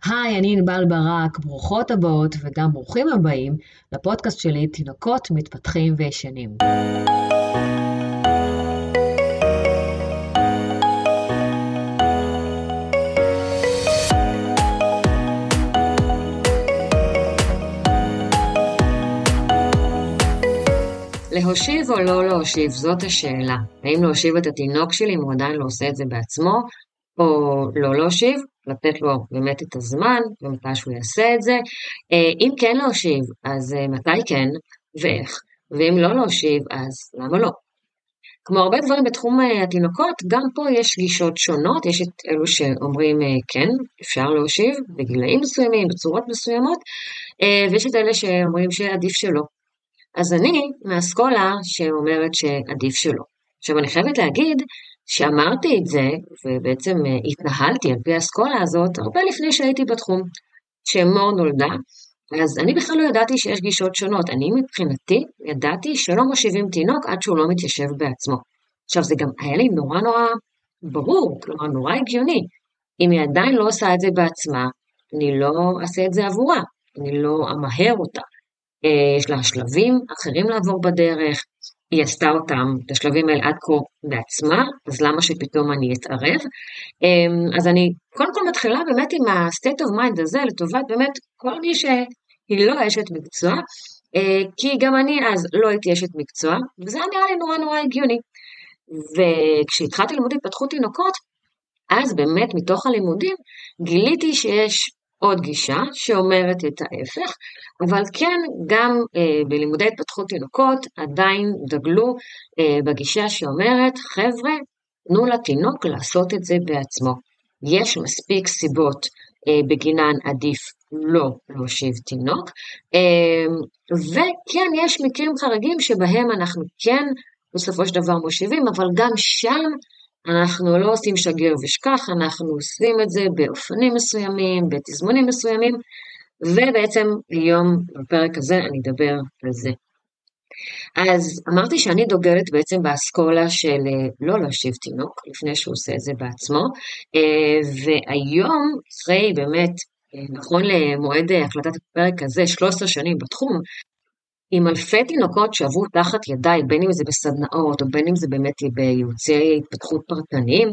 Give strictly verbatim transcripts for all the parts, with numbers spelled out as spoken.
היי, אני ענבל ברק, ברוכות הבאות וגם ברוכים הבאים לפודקאסט שלי, תינוקות מתפתחים וישנים. להושיב או לא להושיב, זאת השאלה. האם להושיב את התינוק שלי אם הוא עדיין לא עושה את זה בעצמו, או לא להושיב, לתת לו באמת את הזמן, ומתי שהוא יעשה את זה. אם כן להושיב, אז מתי כן, ואיך. ואם לא להושיב, אז למה לא? כמו הרבה דברים בתחום התינוקות, גם פה יש גישות שונות, יש את אלו שאומרים כן, אפשר להושיב, בגילאים מסוימים, בצורות מסוימות, ויש את אלה שאומרים שעדיף שלא. אז אני מהאסכולה שאומרת שעדיף שלא. עכשיו אני חייבת להגיד שאמרתי את זה, ובעצם התנהלתי על פי האסכולה הזאת, הרבה לפני שהייתי בתחום, שמור נולדה, אז אני בכלל לא ידעתי שיש גישות שונות. אני מבחינתי ידעתי שלא מושיבים תינוק עד שהוא לא מתיישב בעצמו. עכשיו זה גם היה לי נורא נורא ברור, כלומר נורא הגיוני. אם היא עדיין לא עושה את זה בעצמה, אני לא אעשה את זה עבורה, אני לא אמהר אותה. יש לה שלבים אחרים לעבור בדרך, היא עשתה אותם, את השלבים האלה עד כה בעצמה, אז למה שפתאום אני אתערב? אז אני קודם כל מתחילה באמת עם ה-state of mind הזה, לטובת באמת כל מי שהיא לא אשת מקצוע, כי גם אני אז לא הייתי אשת מקצוע, וזה נראה לי נורא נורא הגיוני. וכשהתחלתי ללמוד התפתחות תינוקות, אז באמת מתוך הלימודים גיליתי שיש עוד גישה שאומרת את ההפך, אבל כן גם אה, בלימודי התפתחות תינוקות עדיין דגלו אה, בגישה שאומרת, חבר'ה, תנו לתינוק לעשות את זה בעצמו. יש מספיק סיבות אה, בגינן עדיף לא להושיב תינוק, אה, וכן יש מקרים חריגים שבהם אנחנו כן בסופו של דבר מושיבים, אבל גם שם אנחנו לא עושים שגר ושכח, אנחנו עושים את זה באופנים מסוימים, בתזמונים מסוימים, ובעצם היום בפרק הזה אני אדבר על זה. אז אמרתי שאני דוגלת בעצם באסכולה של לא להושיב תינוק, לפני שהוא עושה את זה בעצמו, והיום, אחרי באמת, נכון למועד החלטת הפרק הזה, שלוש עשרה שנים בתחום, עם אלפי תינוקות שעברו תחת ידיי, בין אם זה בסדנאות, או בין אם זה באמת בייעוצי התפתחות פרטניים,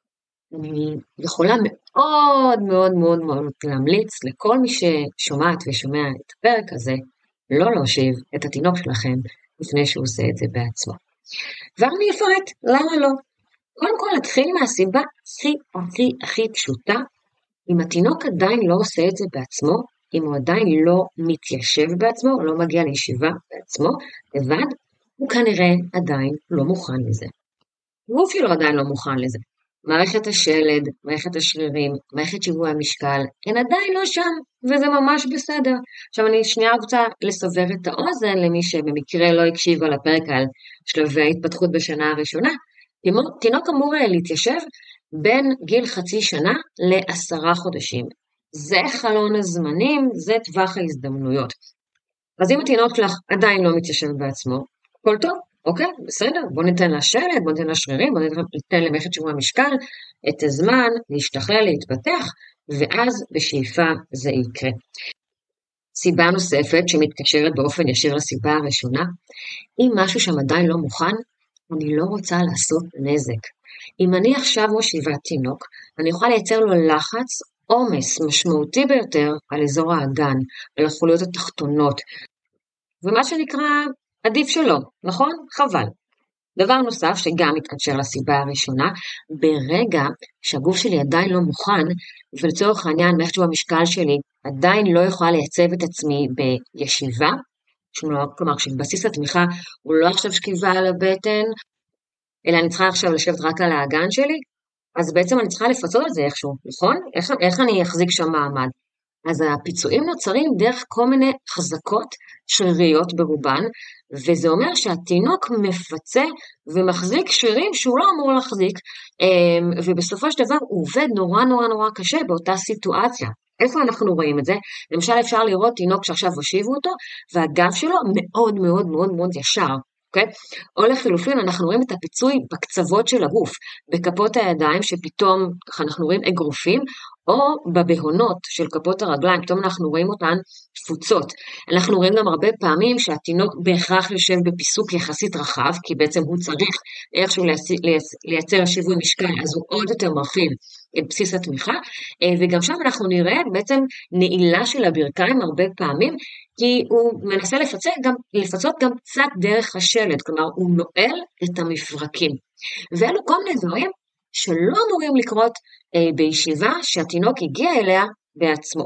אני יכולה מאוד מאוד מאוד מאוד להמליץ לכל מי ששומעת ושומע את הפרק הזה, לא להושיב את התינוק שלכם לפני שהוא עושה את זה בעצמו. ואני אפרט, למה לא? קודם כל נתחיל מהסיבה הכי הכי הכי פשוטה, אם התינוק עדיין לא עושה את זה בעצמו, אם הוא עדיין לא מתיישב בעצמו, או לא מגיע לישיבה בעצמו, לבד, הוא כנראה עדיין לא מוכן לזה. גוף שלו עדיין לא מוכן לזה. מערכת השלד, מערכת השרירים, מערכת שיווי המשקל, הן עדיין לא שם, וזה ממש בסדר. עכשיו אני שנייה רוצה לסבר את האוזן למי שבמקרה לא הקשיב על הפרק על שלבי ההתפתחות בשנה הראשונה. תינוק אמור להתיישב בין גיל חצי שנה לעשרה חודשים. זה חלון הזמנים, זה טווח ההזדמנויות. אז אם התינוק שלך עדיין לא מתיישב בעצמו, הכל טוב, אוקיי, בסדר, בוא ניתן לה שלד, בוא ניתן לה שרירים, בוא ניתן למערכת שיווי המשקל את הזמן להשתחרר, להתפתח, ואז בשאיפה זה יקרה. סיבה נוספת שמתקשרת באופן ישיר לסיבה הראשונה, אם משהו שם עדיין לא מוכן, אני לא רוצה לעשות נזק. אם אני עכשיו מושיבה תינוק, אני יכולה לייצר לו לחץ, עומס משמעותי ביותר על אזור האגן, על החוליות התחתונות, ומה שנקרא עדיף שלא, נכון? חבל. דבר נוסף שגם מתקשר לסיבה הראשונה, ברגע שהגוף שלי עדיין לא מוכן, ולצורך העניין מערכת המשקל שלי עדיין לא יכולה לייצב את עצמי בישיבה, כלומר שבסיס התמיכה הוא לא עכשיו שכיבה על הבטן, אלא אני צריכה עכשיו לשבת רק על האגן שלי, אז בעצם אני צריכה לפצות על זה איכשהו, נכון? איך, איך אני אחזיק שם מעמד? אז הפיצויים נוצרים דרך כל מיני חזקות שריריות ברובן, וזה אומר שהתינוק מפצה ומחזיק שרירים שהוא לא אמור להחזיק, ובסופו של דבר הוא עובד נורא נורא נורא קשה באותה סיטואציה. איפה אנחנו רואים את זה? למשל אפשר לראות תינוק שעכשיו הושיבו אותו, והגב שלו מאוד מאוד מאוד מאוד ישר. Okay? או לחילופין, אנחנו רואים את הפיצוי בקצוות של הגוף, בכפות הידיים שפתאום אנחנו רואים אגרופים, או בבהונות של כפות הרגליים, פתאום אנחנו רואים אותן תפוצות. אנחנו רואים גם הרבה פעמים שהתינוק בהכרח יושב בפיסוק יחסית רחב, כי בעצם הוא צריך איכשהו לייצר שיווי משקל, אז הוא עוד יותר מרחיב את בסיס התמיכה, וגם שם אנחנו נראה בעצם נעילה של הברכיים הרבה פעמים, כי הוא מנסה לפצות גם, לפצות גם קצת דרך השלד, כלומר הוא נועל את המפרקים. ואלו כל מיני דברים שלא אמורים לקרות אה, בישיבה שהתינוק הגיע אליה בעצמו.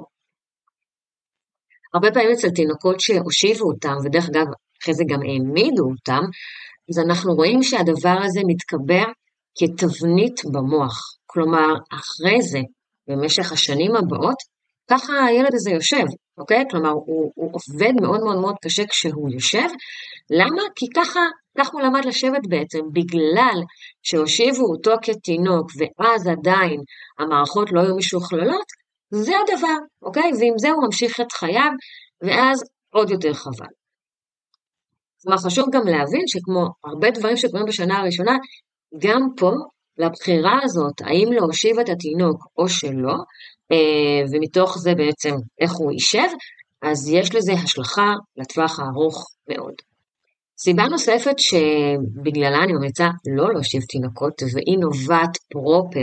הרבה פעמים אצל תינוקות שהושיבו אותם, ודרך אגב אחרי זה גם העמידו אותם, אז אנחנו רואים שהדבר הזה מתקבע כתבנית במוח. כלומר, אחרי זה, במשך השנים הבאות, ככה הילד הזה יושב, אוקיי? כלומר, הוא, הוא עובד מאוד מאוד מאוד קשה כשהוא יושב. למה? כי ככה, ככה הוא למד לשבת בעצם, בגלל שהושיבו אותו כתינוק, ואז עדיין המערכות לא היו משוכללות, זה הדבר, אוקיי? ועם זה הוא ממשיך את חייו, ואז עוד יותר חבל. כלומר, חשוב גם להבין שכמו הרבה דברים שקורים בשנה הראשונה, גם פה, לבחירה הזאת, האם להושיב את התינוק או שלא, ומתוך זה בעצם איך הוא יישב, אז יש לזה השלכה לטווח הארוך מאוד. סיבה נוספת שבגללה אני ממליצה לא להושיב תינוקות, והיא נובעת פרופר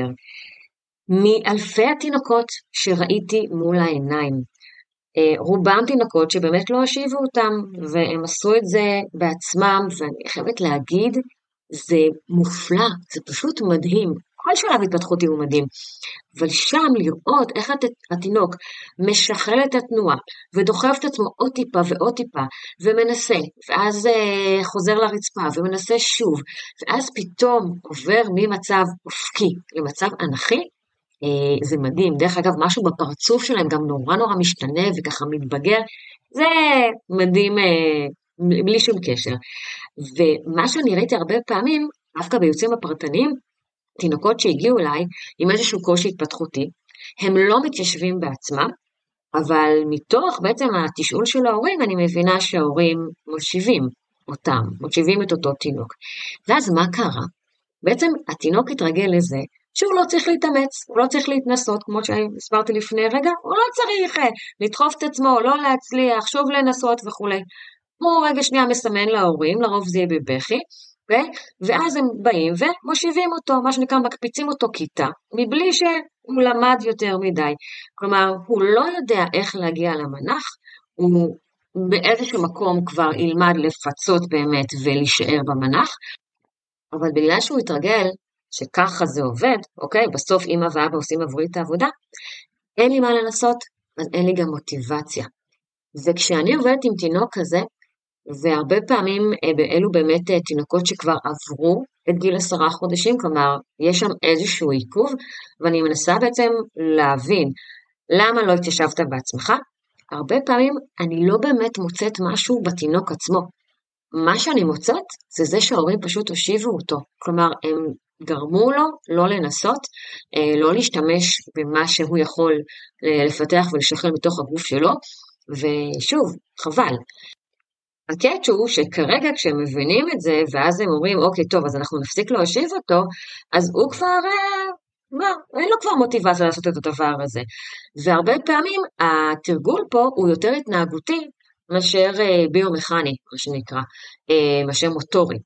מאלפי התינוקות שראיתי מול העיניים. רובם תינוקות שבאמת לא הושיבו אותם, והם עשו את זה בעצמם, ואני חייבת להגיד, זה מופלא, זה פשוט מדהים. כל שלב התפתחותי הוא מדהים, אבל שם לראות איך התינוק משחרר את התנועה, ודוחף את עצמו עוד טיפה ועוד טיפה, ומנסה, ואז חוזר לרצפה, ומנסה שוב, ואז פתאום עובר ממצב אופקי למצב אנכי, זה מדהים. דרך אגב, משהו בפרצוף שלהם גם נורא נורא משתנה, וככה מתבגר, זה מדהים בלי שום קשר. ומה שאני ראיתי הרבה פעמים, דווקא ביוצאים הפרטניים, תינוקות שהגיעו אליי עם איזשהו קושי התפתחותי, הם לא מתיישבים בעצמם, אבל מתוך בעצם התשאול של ההורים, אני מבינה שההורים מושיבים אותם, מושיבים את אותו תינוק. ואז מה קרה? בעצם התינוק התרגל לזה, שהוא לא צריך להתאמץ, הוא לא צריך להתנסות, כמו שהסברתי לפני רגע, הוא לא צריך לדחוף את עצמו, לא להצליח, שוב לנסות וכו'. הוא רגע שנייה מסמן להורים, לרוב זה יהיה בבכי, Okay? ואז הם באים ומושיבים אותו, מה שנקרא מקפיצים אותו כיתה, מבלי שהוא למד יותר מדי. כלומר, הוא לא יודע איך להגיע למנח, הוא באיזשהו מקום כבר ילמד לפצות באמת ולהישאר במנח, אבל בגלל שהוא התרגל שככה זה עובד, אוקיי? בסוף אמא ואבא עושים עבורי את העבודה, אין לי מה לנסות, אז אין לי גם מוטיבציה. וכשאני עובדת עם תינוק כזה, והרבה פעמים אלו באמת תינוקות שכבר עברו את גיל עשרה חודשים, כלומר יש שם איזשהו עיכוב, ואני מנסה בעצם להבין למה לא התיישבת בעצמך. הרבה פעמים אני לא באמת מוצאת משהו בתינוק עצמו. מה שאני מוצאת זה זה שההורים פשוט הושיבו אותו, כלומר הם גרמו לו לא לנסות, לא להשתמש במה שהוא יכול לפתח ולשחרר מתוך הגוף שלו, ושוב, חבל. הקטע הוא שכרגע כשהם מבינים את זה, ואז הם אומרים, אוקיי, טוב, אז אנחנו נפסיק להושיב אותו, אז הוא כבר, מה, אין לו כבר מוטיבציה לעשות את הדבר הזה. והרבה פעמים התרגול פה הוא יותר התנהגותי, מאשר ביומכני, מה שנקרא, מאשר מוטורי.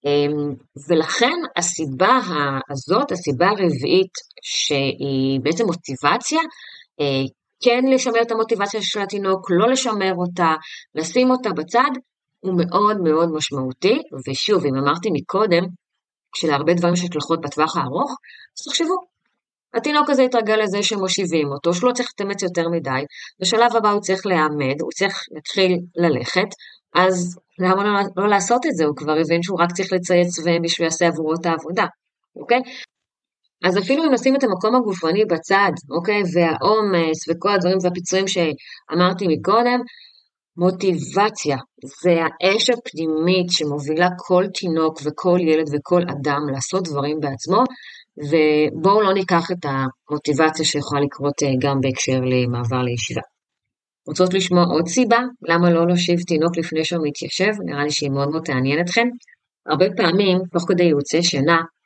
ולכן הסיבה הזאת, הסיבה הרביעית, שהיא בעצם מוטיבציה, כן לשמר את המוטיבציה של התינוק, לא לשמר אותה, לשים אותה בצד, הוא מאוד מאוד משמעותי, ושוב, אם אמרתי מקודם, שלהרבה דברים שתלכות בטווח הארוך, אז תחשבו, התינוק הזה יתרגל לזה שמושיבים אותו, שלא צריך לתאמץ יותר מדי, בשלב הבא הוא צריך להעמד, הוא צריך להתחיל ללכת, אז למה לא, לא לעשות את זה? הוא כבר הבין שהוא רק צריך לצייץ ומישהו יעשה עבורו את העבודה, אוקיי? אז אפילו אם נשים את המקום הגופני בצד, אוקיי, והעומס וכל הדברים והפיצויים שאמרתי מקודם, מוטיבציה, זה האש הפנימית שמובילה כל תינוק וכל ילד וכל אדם לעשות דברים בעצמו, ובואו לא ניקח את המוטיבציה שיכולה לקרות גם בהקשר למעבר לישיבה. רוצות לשמוע עוד סיבה? למה לא להושיב תינוק לפני שהוא מתיישב? נראה לי שהיא מאוד מאוד תעניין אתכם. הרבה פעמים, תוך כדי ייעוצי שינה,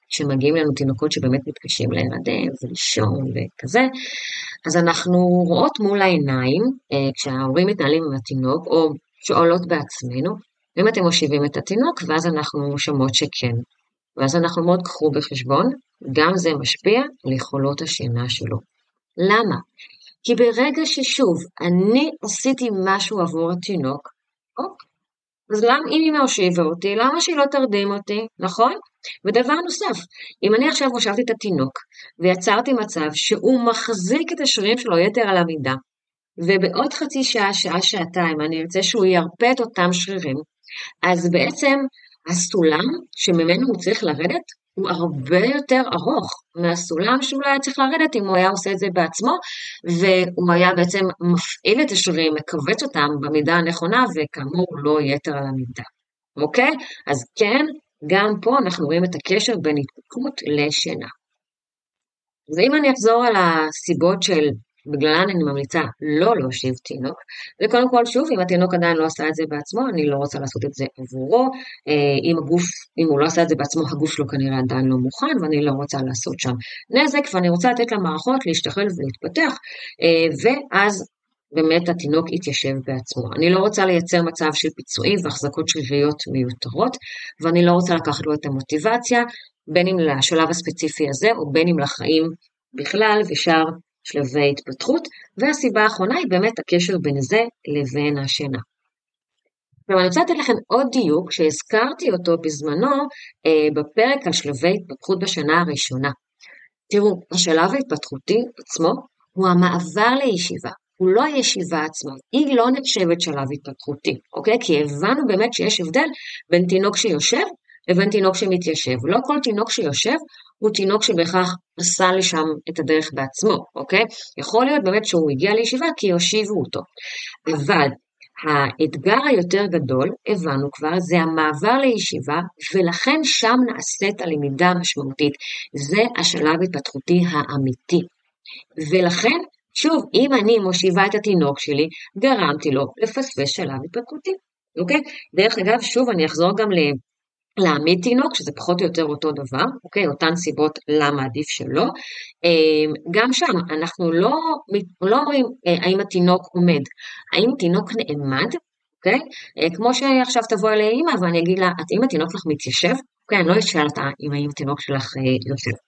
שמגיעים לנו תינוקות שבאמת מתקשים להירדם ולישון וכזה, אז אנחנו רואות מול העיניים, כשההורים מתנהלים עם התינוק, או שואלות בעצמנו, אם אתם מושיבים את התינוק, ואז אנחנו שומעות שכן. ואז אנחנו מאוד קחו בחשבון, גם זה משפיע על יכולות השינה שלו. למה? כי ברגע ששוב, אני עשיתי משהו עבור התינוק, אוקיי, אז למה, אם היא הושיבה אותי, למה שהיא לא תרדים אותי, נכון? ודבר נוסף, אם אני עכשיו הושבתי את התינוק, ויצרתי מצב שהוא מחזיק את השרירים שלו יתר על המידה, ובעוד חצי שעה, שעה, שעתיים, אני ארצה שהוא ירפא את אותם שרירים, אז בעצם הסולם שממנו הוא צריך לרדת, הוא הרבה יותר ארוך מהסולם שאולי היה צריך לרדת אם הוא היה עושה את זה בעצמו, והוא היה בעצם מפעיל את השרירים, מקווץ אותם במידה הנכונה, וכאמור לא יתר על המידה. אוקיי? אז כן, גם פה אנחנו רואים את הקשר בין התפתחות לשינה. אז אם אני אחזור על הסיבות של בגללן אני ממליצה לא להושיב תינוק, וקודם כל שוב, אם התינוק עדיין לא עשה את זה בעצמו, אני לא רוצה לעשות את זה עבורו, אם הגוף, אם הוא לא עשה את זה בעצמו, הגוף שלו כנראה עדיין לא מוכן, ואני לא רוצה לעשות שם נזק, ואני רוצה לתת למערכות להשתחל ולהתפתח, ואז באמת התינוק יתיישב בעצמו. אני לא רוצה לייצר מצב של פיצועים והחזקות שריריות מיותרות, ואני לא רוצה לקחת לו את המוטיבציה, בין אם לשלב הספציפי הזה, או בין אם לחיים בכלל ושאר שלבי התפתחות, והסיבה האחרונה היא באמת הקשר בין זה לבין השינה. ואני רוצה לתת לכם עוד דיוק שהזכרתי אותו בזמנו אה, בפרק על שלבי התפתחות בשנה הראשונה. תראו, השלב ההתפתחותי עצמו הוא המעבר לישיבה, הוא לא הישיבה עצמה, היא לא נחשבת שלב התפתחותי, אוקיי? כי הבנו באמת שיש הבדל בין תינוק שיושב לבין תינוק שמתיישב. לא כל תינוק שיושב הוא תינוק שבכך עשה לשם את הדרך בעצמו, אוקיי? יכול להיות באמת שהוא הגיע לישיבה כי יושיבו אותו. אבל האתגר היותר גדול, הבנו כבר, זה המעבר לישיבה, ולכן שם נעשית הלמידה המשמעותית. זה השלב התפתחותי האמיתי. ולכן, שוב, אם אני מושיבה את התינוק שלי, גרמתי לו לפספס שלב התפתחותי, אוקיי? דרך אגב, שוב, אני אחזור גם ל... להעמיד תינוק, שזה פחות או יותר אותו דבר, אוקיי? אותן סיבות למה עדיף שלא. גם שם אנחנו לא, לא אומרים האם התינוק עומד, האם תינוק נעמד, אוקיי? כמו שעכשיו תבוא אלי אמא ואני אגיד לה, אם התינוק לך מתיישב, אוקיי, אני לא אשאל אותה אם התינוק שלך יושב.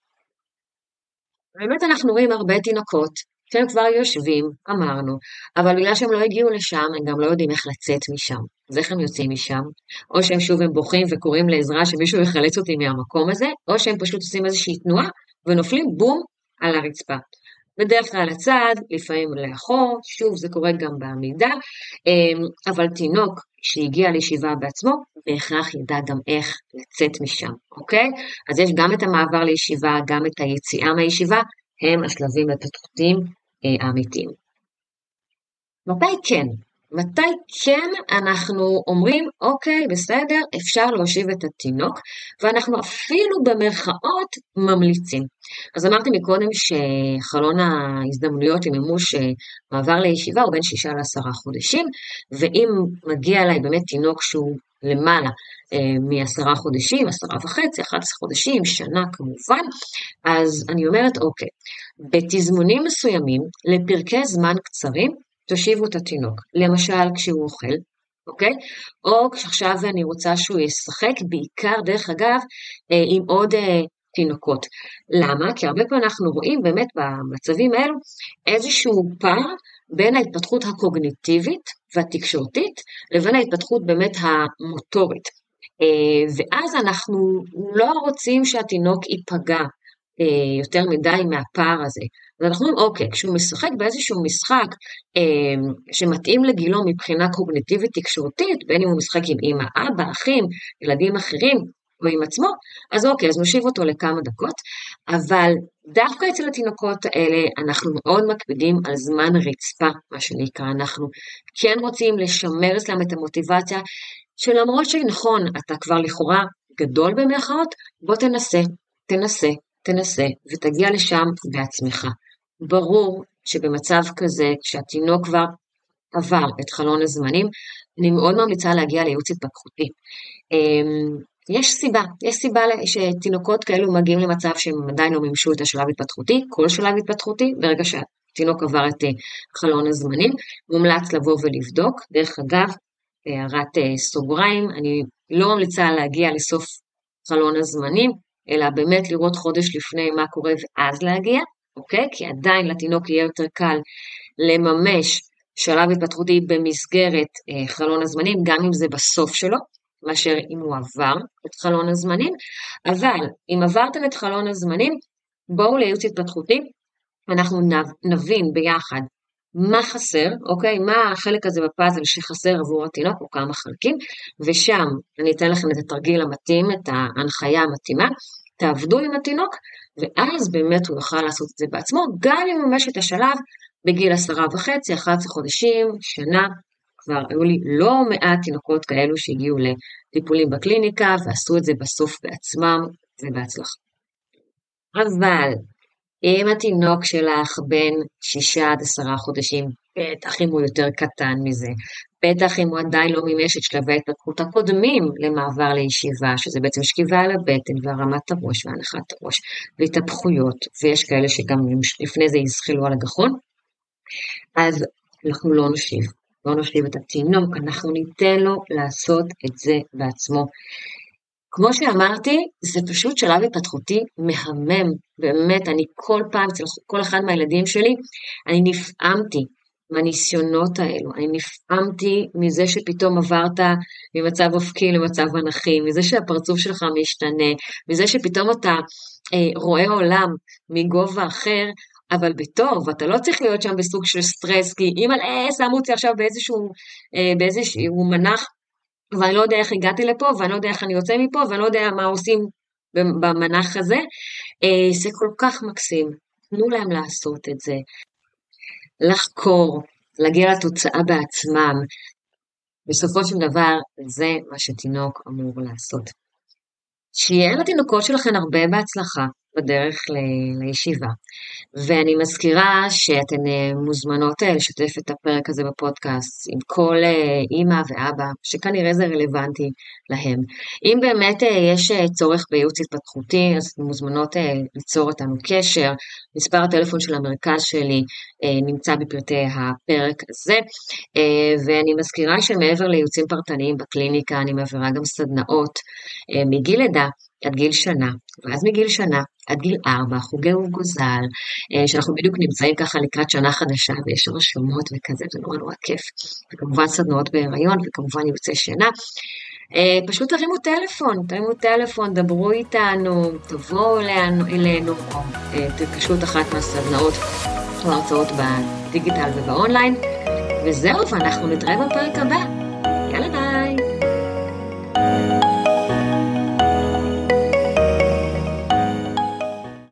באמת אנחנו רואים הרבה תינוקות, שהם כבר יושבים, אמרנו, אבל בגלל שהם לא הגיעו לשם, הם גם לא יודעים איך לצאת משם. אז איך הם יוצאים משם? או שהם שוב הם בוכים וקוראים לעזרה שמישהו יחלץ אותי מהמקום הזה, או שהם פשוט עושים איזושהי תנועה, ונופלים בום על הרצפה. בדרך כלל לצד, לפעמים לאחור, שוב זה קורה גם בעמידה, אבל תינוק שהגיע לישיבה בעצמו, בהכרח ידע גם איך לצאת משם, אוקיי? אז יש גם את המעבר לישיבה, גם את היציאה מהישיבה, הם השלבים התפתחותיים האמיתיים. מתי כן? מתי כן אנחנו אומרים, אוקיי, בסדר, אפשר להושיב את התינוק, ואנחנו אפילו במרכאות ממליצים. אז אמרתי מקודם שחלון ההזדמנויות למימוש מעבר לישיבה הוא בין שישה לעשרה חודשים, ואם מגיע אליי באמת תינוק שהוא למעלה מעשרה חודשים, עשרה וחצי, אחד עשר חודשים, שנה כמובן, אז אני אומרת, אוקיי, בתזמונים מסוימים, לפרקי זמן קצרים, תושיבו את התינוק, למשל כשהוא אוכל, אוקיי? או כשעכשיו אני רוצה שהוא ישחק, בעיקר דרך אגב, עם עוד תינוקות. למה? כי הרבה פעמים אנחנו רואים באמת במצבים האלו, איזשהו פער בין ההתפתחות הקוגניטיבית והתקשורתית, לבין ההתפתחות באמת המוטורית. ואז אנחנו לא רוצים שהתינוק ייפגע יותר מדי מהפער הזה. אז אנחנו אומרים, אוקיי, כשהוא משחק באיזשהו משחק אה, שמתאים לגילו מבחינה קוגניטיבית תקשורתית, בין אם הוא משחק עם אמא, אבא, אחים, ילדים אחרים, או עם עצמו, אז אוקיי, אז נושיב אותו לכמה דקות, אבל דווקא אצל התינוקות האלה, אנחנו מאוד מקפידים על זמן רצפה, מה שנקרא, אנחנו כן רוצים לשמר אצלם את המוטיבציה, שלמרות שנכון, אתה כבר לכאורה גדול במרכאות, בוא תנסה, תנסה, תנסה, ותגיע לשם בעצמך. ברור שבמצב כזה, כשהתינוק כבר עבר את חלון הזמנים, אני מאוד ממליצה להגיע לייעוץ התפתחותי. יש סיבה, יש סיבה שתינוקות כאלו מגיעים למצב שהם עדיין לא מימשו את השלב התפתחותי, כל שלב התפתחותי, ברגע שהתינוק עבר את חלון הזמנים, מומלץ לבוא ולבדוק. דרך אגב, הערת סוגריים, אני לא ממליצה להגיע לסוף חלון הזמנים, אלא באמת לראות חודש לפני מה קורה ואז להגיע, אוקיי? כי עדיין לתינוק יהיה יותר קל לממש שלב התפתחותי במסגרת אה, חלון הזמנים, גם אם זה בסוף שלו, מאשר אם הוא עבר את חלון הזמנים. אבל אם עברתם את חלון הזמנים, בואו לייעוץ התפתחותי, אנחנו נבין ביחד מה חסר, אוקיי? מה החלק הזה בפאזל שחסר עבור התינוק, או כמה חלקים, ושם אני אתן לכם את התרגיל המתאים, את ההנחיה המתאימה, תעבדו עם התינוק, ואז באמת הוא יוכל לעשות את זה בעצמו, גם אם הוא ממש את השלב בגיל עשרה וחצי, אחת עשרה חודשים, שנה, כבר היו לי לא מעט תינוקות כאלו שהגיעו לטיפולים בקליניקה, ועשו את זה בסוף בעצמם, ובהצלחה. אבל אם התינוק שלך בין שישה עד עשרה חודשים, בטח אם הוא יותר קטן מזה, בטח אם הוא עדיין לא מימש את שלבי ההתפתחות הקודמים למעבר לישיבה, שזה בעצם שכיבה על הבטן והרמת הראש והנחת הראש, והתהפכויות, ויש כאלה שגם לפני זה יזחלו על הגחון, אז אנחנו לא נושיב, לא נושיב את התינוק, אנחנו ניתן לו לעשות את זה בעצמו. כמו שאמרתי, זה פשוט שלב התפתחותי מהמם, באמת, אני כל פעם, אצל כל אחד מהילדים שלי, אני נפעמתי מהניסיונות האלו, אני נפעמתי מזה שפתאום עברת ממצב אופקי למצב אנכי, מזה שהפרצוף שלך משתנה, מזה שפתאום אתה אה, רואה עולם מגובה אחר, אבל בטוב, אתה לא צריך להיות שם בסוג של סטרס, כי אם על אה, שמו אותי עכשיו באיזשהו, אה, באיזשהו מנח, ואני לא יודע איך הגעתי לפה, ואני לא יודע איך אני יוצא מפה, ואני לא יודע מה עושים במנח הזה, זה כל כך מקסים, תנו להם לעשות את זה, לחקור, להגיע לתוצאה בעצמם, בסופו של דבר זה מה שתינוק אמור לעשות. שיהיה לתינוקות שלכם הרבה בהצלחה בדרך ל- לישיבה, ואני מזכירה שאתן מוזמנות לשתף את הפרק הזה בפודקאסט עם כל אמא ואבא, שכנראה זה רלוונטי להם. אם באמת יש צורך בייעוץ התפתחותי, אז מוזמנות ליצור איתנו קשר, מספר הטלפון של המרכז שלי נמצא בפרטי הפרק הזה, ואני מזכירה שמעבר לייעוצים פרטניים בקליניקה, אני מעבירה גם סדנאות מגיל לידה עד גיל שנה, ואז מגיל שנה עד גיל ארבע, חוגי וגוזל, שאנחנו בדיוק נמצאים ככה לקראת שנה חדשה, ויש רשומות וכזה, זה נורא נורא כיף, וכמובן סדנאות בהיריון, וכמובן יוצא שינה, פשוט תרימו טלפון, תרימו טלפון, דברו איתנו, תבואו אלינו, אלינו, תתקשרו את אחת מהסדנאות, או הרצאות בדיגיטל ובאונליין, וזהו, ואנחנו נתראה בפרק הבא, יאללה ביי!